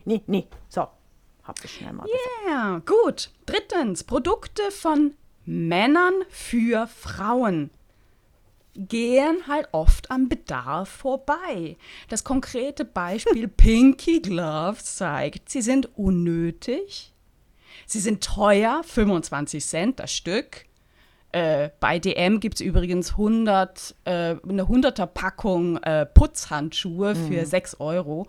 [SPEAKER 3] So, hab ich schnell mal gesagt.
[SPEAKER 2] Ja, gut. 3. Produkte von Männern für Frauen gehen halt oft am Bedarf vorbei. Das konkrete Beispiel Pinky Gloves zeigt, sie sind unnötig. Sie sind teuer, 25 Cent das Stück. Bei DM gibt es übrigens eine 100er-Packung Putzhandschuhe für 6 €.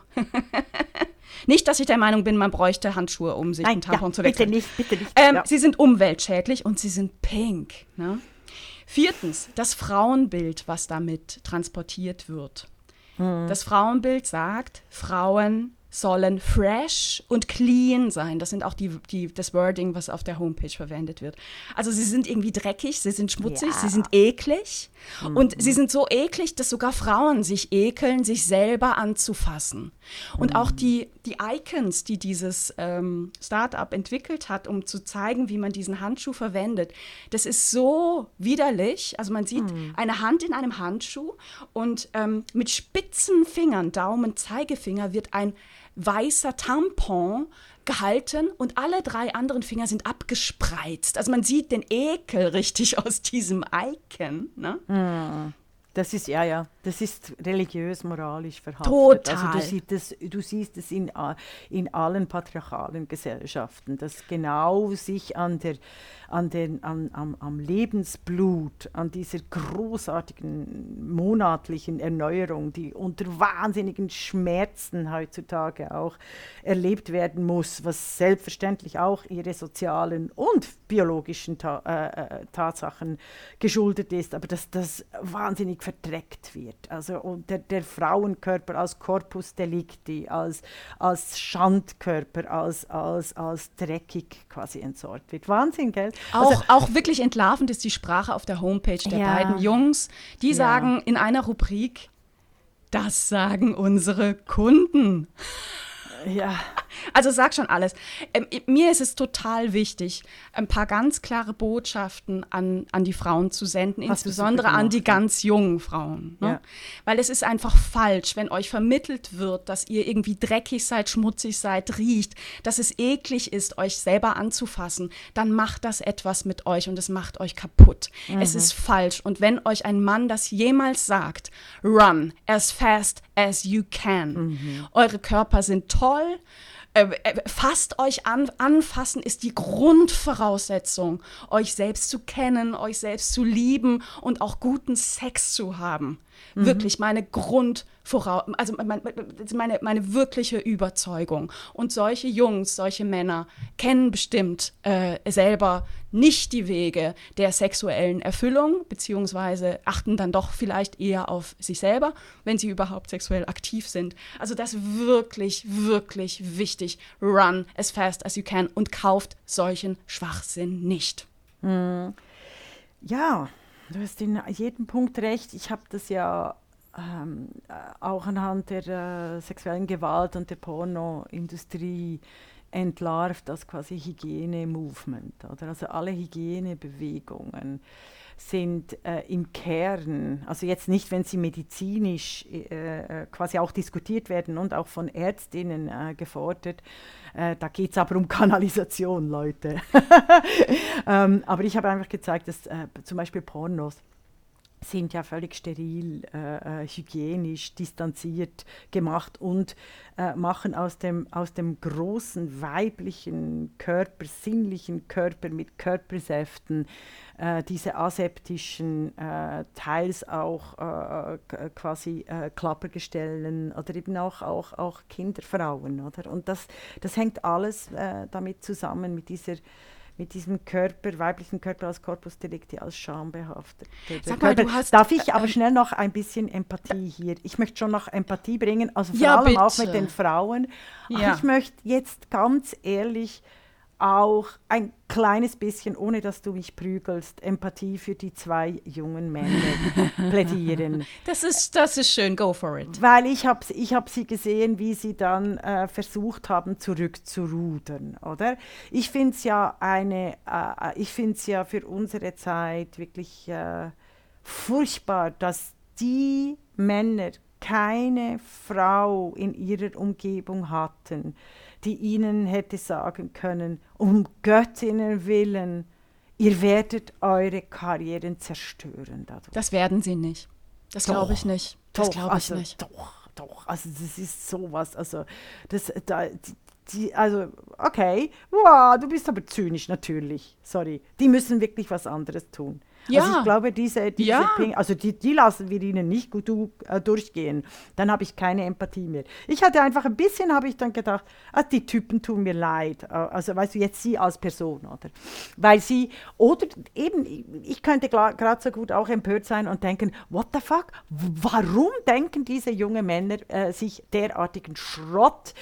[SPEAKER 2] Nicht, dass ich der Meinung bin, man bräuchte Handschuhe, um sich einen Tampon zu wechseln.
[SPEAKER 3] Bitte nicht.
[SPEAKER 2] Sie sind umweltschädlich und sie sind pink. Ne? 4. Das Frauenbild, was damit transportiert wird. Das Frauenbild sagt, Frauen sollen fresh und clean sein. Das sind auch das Wording, was auf der Homepage verwendet wird. Also sie sind irgendwie dreckig, sie sind schmutzig, sie sind eklig. Und sie sind so eklig, dass sogar Frauen sich ekeln, sich selber anzufassen. Und auch die Icons, die dieses Start-up entwickelt hat, um zu zeigen, wie man diesen Handschuh verwendet, das ist so widerlich. Also man sieht eine Hand in einem Handschuh und mit spitzen Fingern, Daumen, Zeigefinger, wird ein weißer Tampon gehalten und alle 3 anderen Finger sind abgespreizt. Also man sieht den Ekel richtig aus diesem Icon. Ne?
[SPEAKER 3] Das ist, das ist religiös, moralisch verhaftet.
[SPEAKER 2] Total.
[SPEAKER 3] Also du siehst es in allen patriarchalen Gesellschaften, dass genau sich am Lebensblut, an dieser großartigen monatlichen Erneuerung, die unter wahnsinnigen Schmerzen heutzutage auch erlebt werden muss, was selbstverständlich auch ihre sozialen und biologischen Tatsachen geschuldet ist, aber dass das wahnsinnig verdreckt wird. Also und der Frauenkörper als Corpus delicti, als Schandkörper, als dreckig quasi entsorgt wird. Wahnsinn, gell?
[SPEAKER 2] Auch wirklich entlarvend ist die Sprache auf der Homepage der beiden Jungs. Die sagen in einer Rubrik, das sagen unsere Kunden.
[SPEAKER 3] Ja.
[SPEAKER 2] Also sag schon alles. Mir ist es total wichtig, ein paar ganz klare Botschaften an die Frauen zu senden, insbesondere an die ganz jungen Frauen. Ne? Ja. Weil es ist einfach falsch, wenn euch vermittelt wird, dass ihr irgendwie dreckig seid, schmutzig seid, riecht, dass es eklig ist, euch selber anzufassen, dann macht das etwas mit euch und es macht euch kaputt. Es ist falsch. Und wenn euch ein Mann das jemals sagt, run as fast as you can. Eure Körper sind toll. Fasst euch an. Anfassen ist die Grundvoraussetzung, euch selbst zu kennen, euch selbst zu lieben und auch guten Sex zu haben. Wirklich meine also meine wirkliche Überzeugung. Und solche Jungs, solche Männer kennen bestimmt selber nicht die Wege der sexuellen Erfüllung, beziehungsweise achten dann doch vielleicht eher auf sich selber, wenn sie überhaupt sexuell aktiv sind. Also das ist wirklich, wirklich wichtig. Run as fast as you can und kauft solchen Schwachsinn nicht.
[SPEAKER 3] Ja, du hast in jedem Punkt recht. Ich habe das ja auch anhand der sexuellen Gewalt und der Pornoindustrie entlarvt als quasi Hygiene-Movement. Oder? Also alle Hygienebewegungen sind im Kern, also jetzt nicht, wenn sie medizinisch quasi auch diskutiert werden und auch von Ärztinnen gefordert, da geht es aber um Kanalisation, Leute. Aber ich habe einfach gezeigt, dass zum Beispiel Pornos sind ja völlig steril, hygienisch, distanziert gemacht und machen aus dem großen weiblichen Körper, sinnlichen Körper mit Körpersäften, diese aseptischen, teils auch quasi Klappergestellen oder eben auch Kinderfrauen. Oder? Und das hängt alles damit zusammen, mit diesem Körper, weiblichen Körper als Corpus Delicti, als schambehaftet.
[SPEAKER 2] Sag mal, du hast,
[SPEAKER 3] darf ich aber schnell noch ein bisschen Empathie hier? Ich möchte schon noch Empathie bringen, also vor allem auch mit den Frauen. Ja. Aber ich möchte jetzt ganz ehrlich auch ein kleines bisschen, ohne dass du mich prügelst, Empathie für die 2 jungen Männer plädieren.
[SPEAKER 2] Das ist schön, go for it.
[SPEAKER 3] Weil ich hab sie gesehen, wie sie dann versucht haben, zurückzurudern, oder? Ich finde es ja für unsere Zeit wirklich furchtbar, dass die Männer keine Frau in ihrer Umgebung hatten, die ihnen hätte sagen können, um Göttinnen willen, ihr werdet eure Karrieren zerstören dadurch.
[SPEAKER 2] Das werden sie nicht. Das glaube ich nicht. Das glaube ich nicht.
[SPEAKER 3] Doch. Also das ist sowas. Also also okay, wow, du bist aber zynisch natürlich. Sorry, die müssen wirklich was anderes tun.
[SPEAKER 2] Ja.
[SPEAKER 3] Also ich glaube, diese die lassen wir ihnen nicht gut durchgehen. Dann habe ich keine Empathie mehr. Ich hatte einfach ein bisschen, habe ich dann gedacht, die Typen tun mir leid. Also weißt du, jetzt sie als Person, oder? Weil sie, oder eben, ich könnte gerade so gut auch empört sein und denken, what the fuck? Warum denken diese jungen Männer sich derartigen Schrott,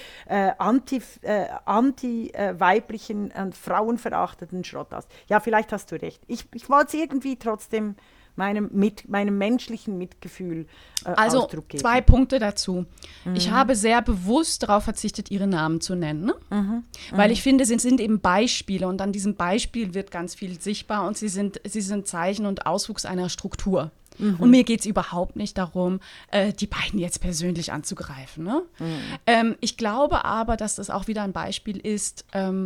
[SPEAKER 3] anti-weiblichen und frauenverachtenden Schrott aus? Ja, vielleicht hast du recht. Ich wollte es irgendwie trotzdem meinem menschlichen Mitgefühl Ausdruck geben.
[SPEAKER 2] 2 Punkte dazu. Ich habe sehr bewusst darauf verzichtet, ihre Namen zu nennen, ne? Weil ich finde, sie sind eben Beispiele und an diesem Beispiel wird ganz viel sichtbar und sie sind Zeichen und Auswuchs einer Struktur. Und mir geht es überhaupt nicht darum, die beiden jetzt persönlich anzugreifen. Ne? Ich glaube aber, dass das auch wieder ein Beispiel ist,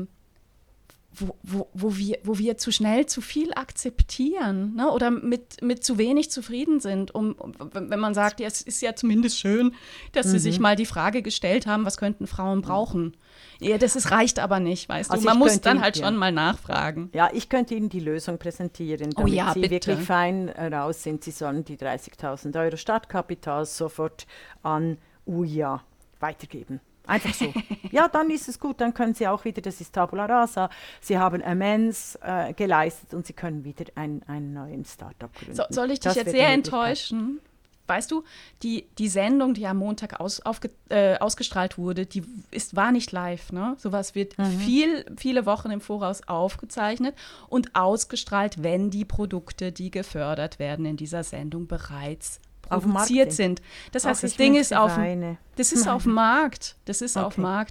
[SPEAKER 2] wo wir zu schnell zu viel akzeptieren, ne? Oder mit zu wenig zufrieden sind. Wenn man sagt, ja, es ist ja zumindest schön, dass sie sich mal die Frage gestellt haben, was könnten Frauen brauchen. Ja, reicht aber nicht, weißt du. Man muss dann halt schon mal nachfragen.
[SPEAKER 3] Ja, ich könnte Ihnen die Lösung präsentieren, damit Sie wirklich fein raus sind. Sie sollen die 30.000 € Startkapital sofort an UIA weitergeben. Einfach so. Ja, dann ist es gut, dann können Sie auch wieder, das ist Tabula Rasa, Sie haben Amends geleistet und Sie können wieder einen neuen Startup gründen.
[SPEAKER 2] Soll ich dich jetzt sehr enttäuschen? Weißt du, die Sendung, die am Montag ausgestrahlt wurde, war nicht live. Ne? Sowas wird viele Wochen im Voraus aufgezeichnet und ausgestrahlt, wenn die Produkte, die gefördert werden in dieser Sendung, bereits produziert sind. Das heißt, das Ding ist auf dem Markt. Das ist auf dem Markt.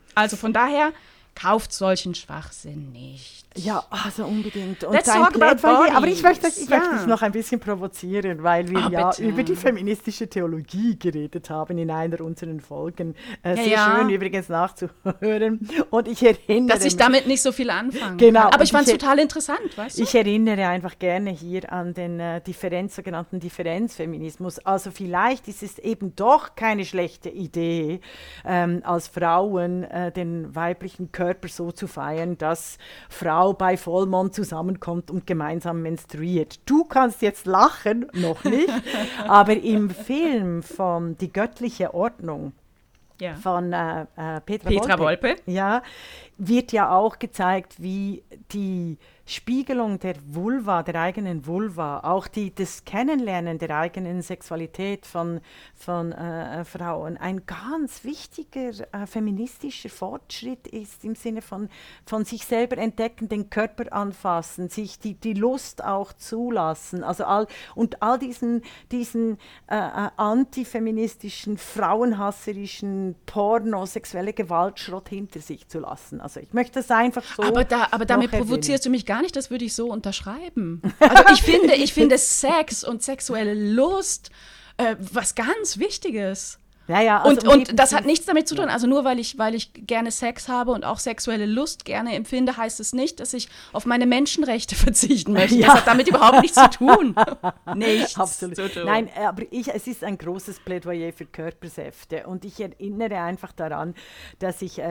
[SPEAKER 2] Also von daher, kauft solchen Schwachsinn nicht.
[SPEAKER 3] Ja, also unbedingt. Und
[SPEAKER 2] Let's talk about bodies.
[SPEAKER 3] Aber ich möchte dich noch ein bisschen provozieren, weil wir
[SPEAKER 2] bitte.
[SPEAKER 3] über die feministische Theologie geredet haben in einer unserer Folgen. Sehr
[SPEAKER 2] Ja.
[SPEAKER 3] schön übrigens nachzuhören. Und ich erinnere
[SPEAKER 2] Dass ich damit nicht so viel anfange.
[SPEAKER 3] Genau.
[SPEAKER 2] Aber ich
[SPEAKER 3] Und
[SPEAKER 2] fand es total interessant, weißt du?
[SPEAKER 3] Ich erinnere einfach gerne hier an den sogenannten Differenzfeminismus. Also vielleicht ist es eben doch keine schlechte Idee, als Frauen den weiblichen Körper so zu feiern, dass Frau bei Vollmond zusammenkommt und gemeinsam menstruiert. Du kannst jetzt lachen, noch nicht, aber im Film von Die göttliche Ordnung von Petra Volpe, ja, wird ja auch gezeigt, wie die Spiegelung der Vulva, der eigenen Vulva, auch das Kennenlernen der eigenen Sexualität von Frauen ein ganz wichtiger feministischer Fortschritt ist, im Sinne von sich selber entdecken, den Körper anfassen, sich die Lust auch zulassen, also all diesen antifeministischen, frauenhasserischen Porno, sexuelle Gewaltschrott hinter sich zu lassen. Also ich möchte das einfach so.
[SPEAKER 2] Aber damit provozierst du mich gar nicht, das würde ich so unterschreiben. Also ich finde Sex und sexuelle Lust was ganz Wichtiges.
[SPEAKER 3] Ja, also
[SPEAKER 2] und das hat nichts damit zu tun. Also nur weil ich gerne Sex habe und auch sexuelle Lust gerne empfinde, heißt es nicht, dass ich auf meine Menschenrechte verzichten möchte.
[SPEAKER 3] Ja.
[SPEAKER 2] Das hat damit überhaupt nichts zu tun. Nichts
[SPEAKER 3] Absolut.
[SPEAKER 2] zu tun.
[SPEAKER 3] Nein, aber es ist ein großes Plädoyer für Körpersäfte. Und ich erinnere einfach daran, dass ich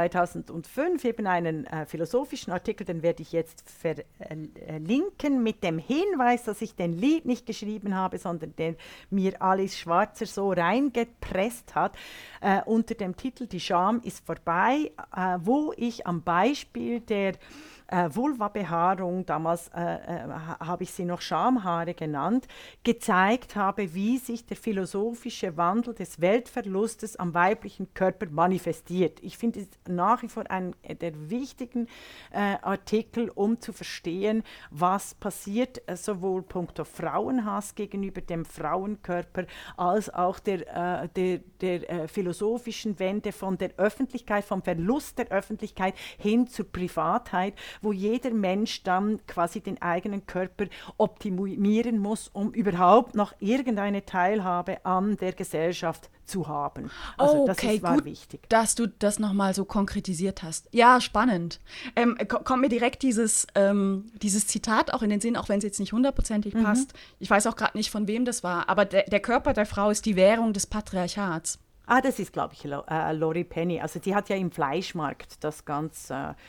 [SPEAKER 3] 2005 eben einen philosophischen Artikel, den werde ich jetzt verlinken, mit dem Hinweis, dass ich den Lied nicht geschrieben habe, sondern den mir Alice Schwarzer so reingepresst hat, unter dem Titel Die Scham ist vorbei, wo ich am Beispiel der Vulva-Behaarung, damals habe ich sie noch Schamhaare genannt, gezeigt habe, wie sich der philosophische Wandel des Weltverlustes am weiblichen Körper manifestiert. Ich finde es nach wie vor einen der wichtigen Artikel, um zu verstehen, was passiert, sowohl punkto Frauenhass gegenüber dem Frauenkörper, als auch der philosophischen Wende von der Öffentlichkeit, vom Verlust der Öffentlichkeit hin zur Privatheit, wo jeder Mensch dann quasi den eigenen Körper optimieren muss, um überhaupt noch irgendeine Teilhabe an der Gesellschaft zu haben. Also
[SPEAKER 2] okay,
[SPEAKER 3] war
[SPEAKER 2] gut,
[SPEAKER 3] wichtig.
[SPEAKER 2] Dass du das nochmal so konkretisiert hast. Ja, spannend. Kommt mir direkt dieses Zitat auch in den Sinn, auch wenn es jetzt nicht hundertprozentig passt. Ich weiß auch gerade nicht, von wem das war, aber der Körper der Frau ist die Währung des Patriarchats.
[SPEAKER 3] Das ist, glaube ich, Laurie Penny. Also die hat ja im Fleischmarkt das ganz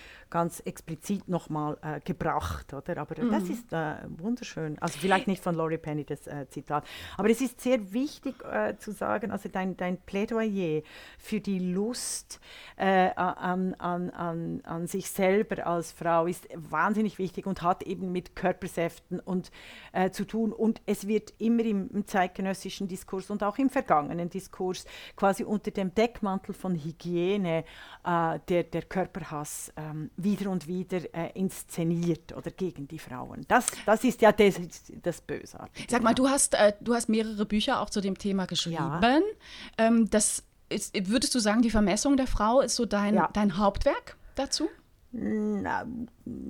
[SPEAKER 3] explizit nochmal gebracht, oder? Aber das ist wunderschön. Also vielleicht nicht von Laurie Penny das Zitat. Aber es ist sehr wichtig zu sagen, also dein Plädoyer für die Lust an sich selber als Frau ist wahnsinnig wichtig und hat eben mit Körpersäften zu tun. Und es wird immer im zeitgenössischen Diskurs und auch im vergangenen Diskurs quasi unter dem Deckmantel von Hygiene der Körperhass wieder und wieder inszeniert oder gegen die Frauen. Das ist ja das Bösartige.
[SPEAKER 2] Sag mal, du hast mehrere Bücher auch zu dem Thema geschrieben. Ja. Würdest du sagen, die Vermessung der Frau ist so dein Hauptwerk dazu?
[SPEAKER 3] Nein,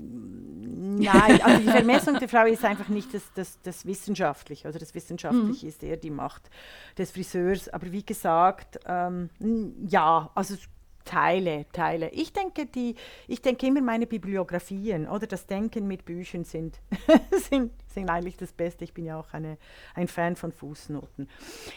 [SPEAKER 3] also die Vermessung der Frau ist einfach nicht das Wissenschaftliche. Also das Wissenschaftliche ist eher die Macht des Friseurs. Aber wie gesagt, ja, also Teile. Ich denke immer, meine Bibliografien oder das Denken mit Büchern sind eigentlich das Beste. Ich bin ja auch ein Fan von Fußnoten.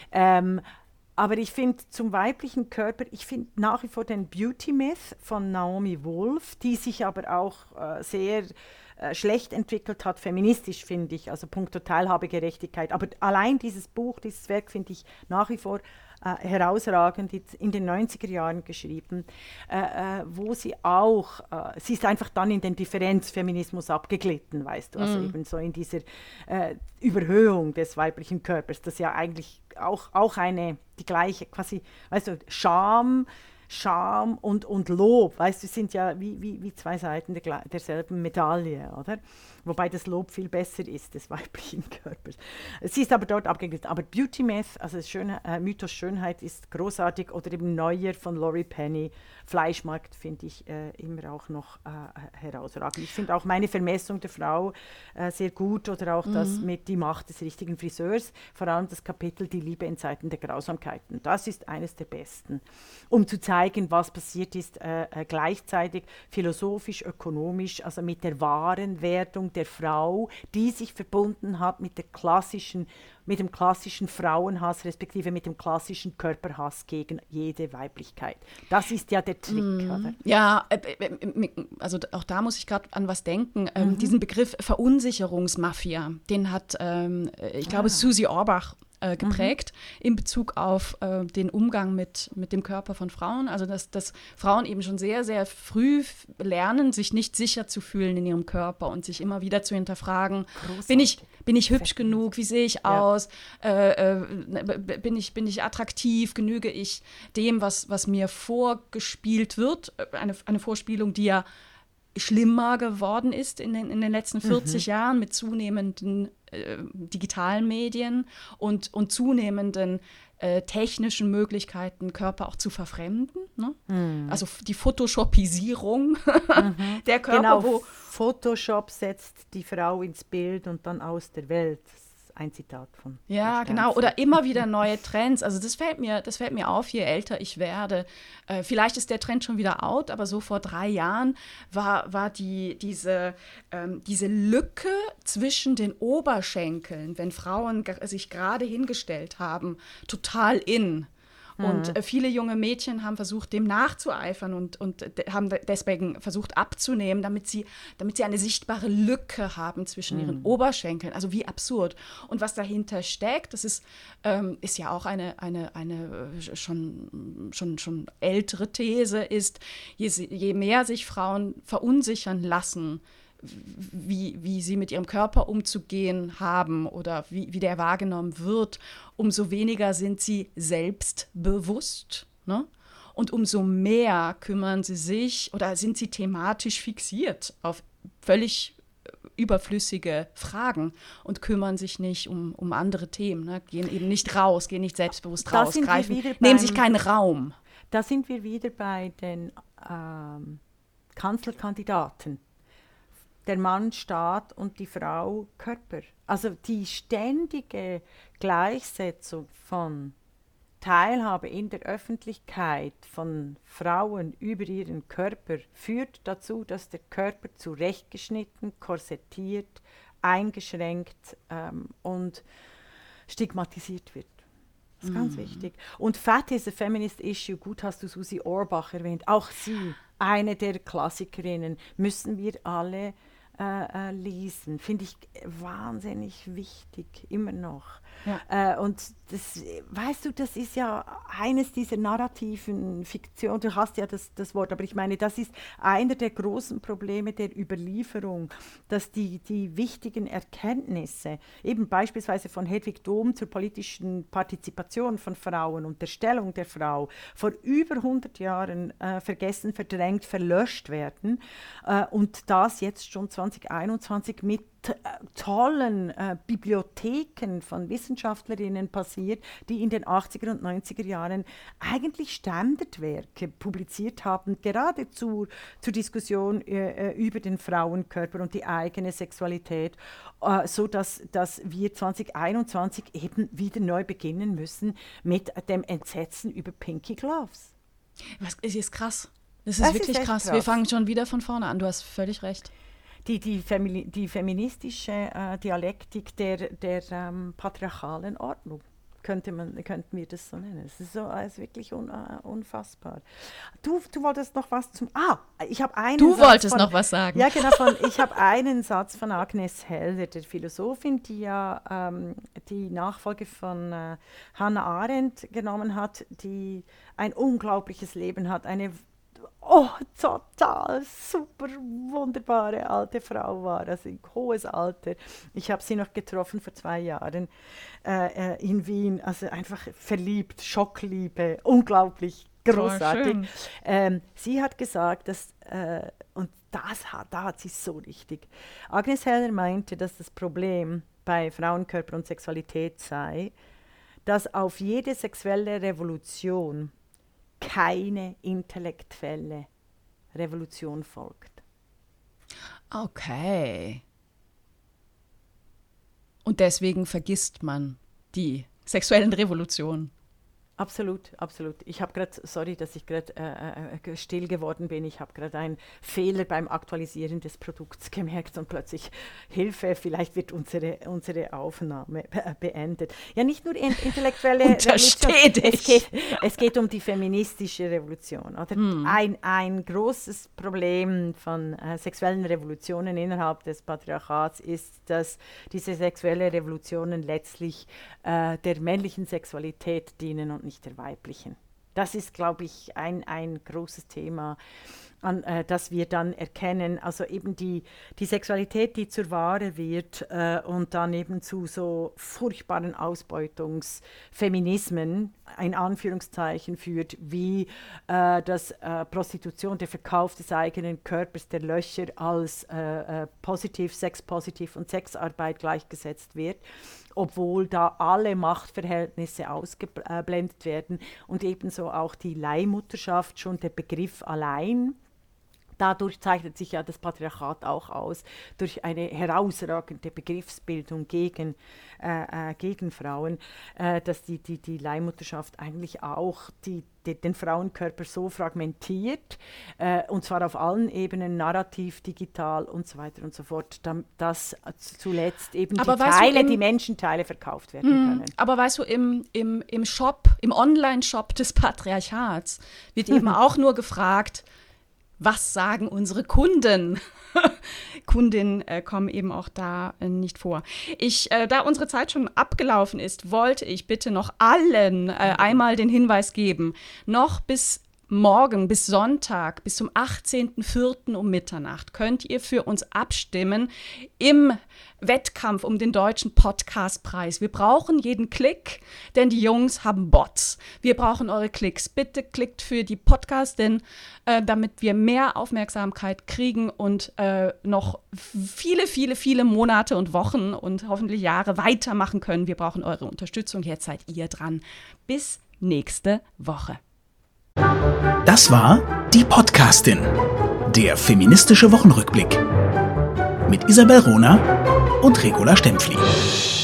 [SPEAKER 3] Aber ich finde zum weiblichen Körper, ich finde nach wie vor den Beauty Myth von Naomi Wolf, die sich aber auch sehr schlecht entwickelt hat, feministisch finde ich, also punkto Teilhabegerechtigkeit. Aber allein dieses Werk finde ich nach wie vor herausragend, in den 90er Jahren geschrieben, wo sie ist einfach dann in den Differenzfeminismus abgeglitten, weißt du, also eben so in dieser Überhöhung des weiblichen Körpers, das ja eigentlich auch die gleiche, quasi, weißt du, Scham und Lob, weißt du, sind ja wie zwei Seiten derselben Medaille, oder? wobei das Lob viel besser ist, des weiblichen Körpers. Sie ist aber dort abgebildet. Aber Beauty Myth, also Mythos Schönheit ist großartig, oder eben Neuer von Laurie Penny, Fleischmarkt finde ich immer auch noch herausragend. Ich finde auch Meine Vermessung der Frau sehr gut, oder auch das mit Die Macht des richtigen Friseurs, vor allem das Kapitel Die Liebe in Zeiten der Grausamkeiten. Das ist eines der besten, um zu zeigen, was passiert ist, gleichzeitig philosophisch, ökonomisch, also mit der wahren Wertung der Frau, die sich verbunden hat mit dem klassischen Frauenhass, respektive mit dem klassischen Körperhass gegen jede Weiblichkeit. Das ist ja der Trick, oder?
[SPEAKER 2] Ja, also auch da muss ich gerade an was denken. Diesen Begriff Verunsicherungsmafia, den hat, ich glaube, Susie Orbach geprägt in Bezug auf den Umgang mit dem Körper von Frauen. Also dass Frauen eben schon sehr, sehr früh lernen, sich nicht sicher zu fühlen in ihrem Körper und sich immer wieder zu hinterfragen, bin ich hübsch genug, wie sehe ich aus, bin ich attraktiv, genüge ich dem, was mir vorgespielt wird, eine Vorspielung, die ja schlimmer geworden ist in den letzten 40 Jahren mit zunehmenden digitalen Medien und zunehmenden technischen Möglichkeiten, Körper auch zu verfremden. Ne? Also die Photoshopisierung der Körper.
[SPEAKER 3] Genau, Photoshop setzt die Frau ins Bild und dann aus der Welt. Ein Zitat von.
[SPEAKER 2] Ja, genau. Oder immer wieder neue Trends. Also das fällt mir auf, je älter ich werde. Vielleicht ist der Trend schon wieder out, aber so vor 3 Jahren war diese Lücke zwischen den Oberschenkeln, wenn Frauen sich gerade hingestellt haben, total in. Und viele junge Mädchen haben versucht, dem nachzueifern und haben deswegen versucht abzunehmen, damit sie eine sichtbare Lücke haben zwischen ihren Oberschenkeln. Also wie absurd. Und was dahinter steckt, das ist ja auch eine schon ältere These, ist, je mehr sich Frauen verunsichern lassen, wie sie mit ihrem Körper umzugehen haben oder wie der wahrgenommen wird, umso weniger sind sie selbstbewusst, ne? Und umso mehr kümmern sie sich oder sind sie thematisch fixiert auf völlig überflüssige Fragen und kümmern sich nicht um andere Themen, ne? Gehen eben nicht raus, gehen nicht selbstbewusst raus, nehmen sich keinen Raum.
[SPEAKER 3] Da sind wir wieder bei den Kanzlerkandidaten. Der Mann Staat und die Frau Körper. Also die ständige Gleichsetzung von Teilhabe in der Öffentlichkeit von Frauen über ihren Körper führt dazu, dass der Körper zurechtgeschnitten, korsettiert, eingeschränkt und stigmatisiert wird. Das ist ganz wichtig. Und Fat is a Feminist Issue, gut hast du Susie Orbach erwähnt, auch sie, eine der Klassikerinnen, müssen wir alle lesen. Finde ich wahnsinnig wichtig, immer noch. Ja. Und das, weißt du, das ist ja eines dieser narrativen Fiktionen, du hast ja das Wort, aber ich meine, das ist einer der großen Probleme der Überlieferung, dass die wichtigen Erkenntnisse, eben beispielsweise von Hedwig Dohm zur politischen Partizipation von Frauen und der Stellung der Frau, vor über 100 Jahren vergessen, verdrängt, verlöscht werden und das jetzt schon 2021 mit tollen Bibliotheken von Wissenschaftlerinnen passiert, die in den 80er und 90er Jahren eigentlich Standardwerke publiziert haben, gerade zur Diskussion über den Frauenkörper und die eigene Sexualität, so dass wir 2021 eben wieder neu beginnen müssen mit dem Entsetzen über Pinky Gloves.
[SPEAKER 2] Das ist krass. Das ist wirklich krass. Wir fangen schon wieder von vorne an. Du hast völlig recht.
[SPEAKER 3] Die feministische Dialektik der patriarchalen Ordnung, könnten wir das so nennen. Es ist wirklich unfassbar. Du wolltest noch was ich habe einen
[SPEAKER 2] Du
[SPEAKER 3] Satz
[SPEAKER 2] wolltest noch was sagen.
[SPEAKER 3] Ja, genau. Ich habe einen Satz von Agnes Heller, der Philosophin, die ja die Nachfolge von Hannah Arendt genommen hat, die ein unglaubliches Leben hat, eine total super, wunderbare alte Frau war, also ein hohes Alter. Ich habe sie noch getroffen vor 2 Jahren in Wien, also einfach verliebt, Schockliebe, unglaublich großartig. Sie hat gesagt, dass, und da hat sie so richtig. Agnes Heller meinte, dass das Problem bei Frauenkörper und Sexualität sei, dass auf jede sexuelle Revolution keine intellektuelle Revolution folgt.
[SPEAKER 2] Okay. Und deswegen vergisst man die sexuellen Revolutionen.
[SPEAKER 3] Absolut, absolut. Ich habe gerade, sorry, dass ich gerade still geworden bin, ich habe gerade einen Fehler beim Aktualisieren des Produkts gemerkt und plötzlich Hilfe, vielleicht wird unsere Aufnahme beendet. Ja, nicht nur intellektuelle Revolution, es geht um die feministische Revolution. Oder? Ein großes Problem von sexuellen Revolutionen innerhalb des Patriarchats ist, dass diese sexuellen Revolutionen letztlich der männlichen Sexualität dienen und nicht der weiblichen. Das ist, glaube ich, ein großes Thema, das wir dann erkennen. Also eben die Sexualität, die zur Ware wird und dann eben zu so furchtbaren Ausbeutungsfeminismen, in Anführungszeichen, führt, wie Prostitution, der Verkauf des eigenen Körpers, der Löcher als Sexpositiv und Sexarbeit gleichgesetzt wird, obwohl da alle Machtverhältnisse ausgeblendet werden und ebenso auch die Leihmutterschaft, schon der Begriff allein. Dadurch zeichnet sich ja das Patriarchat auch aus, durch eine herausragende Begriffsbildung gegen Frauen, dass die Leihmutterschaft eigentlich auch den Frauenkörper so fragmentiert, und zwar auf allen Ebenen, narrativ, digital und so weiter und so fort, dass zuletzt eben die Menschenteile verkauft werden können.
[SPEAKER 2] Aber weißt du, im Online-Shop des Patriarchats wird eben auch nur gefragt, was sagen unsere Kunden? Kundinnen kommen eben auch da nicht vor. Da unsere Zeit schon abgelaufen ist, wollte ich bitte noch allen einmal den Hinweis geben, noch bis morgen, bis Sonntag, bis zum 18.04. um Mitternacht könnt ihr für uns abstimmen im Wettkampf um den Deutschen Podcastpreis. Wir brauchen jeden Klick, denn die Jungs haben Bots. Wir brauchen eure Klicks. Bitte klickt für die Podcastin, damit wir mehr Aufmerksamkeit kriegen und noch viele, viele, viele Monate und Wochen und hoffentlich Jahre weitermachen können. Wir brauchen eure Unterstützung. Jetzt seid ihr dran. Bis nächste Woche.
[SPEAKER 1] Das war die Podcastin, der feministische Wochenrückblick mit Isabel Rohner und Regula Stempfli.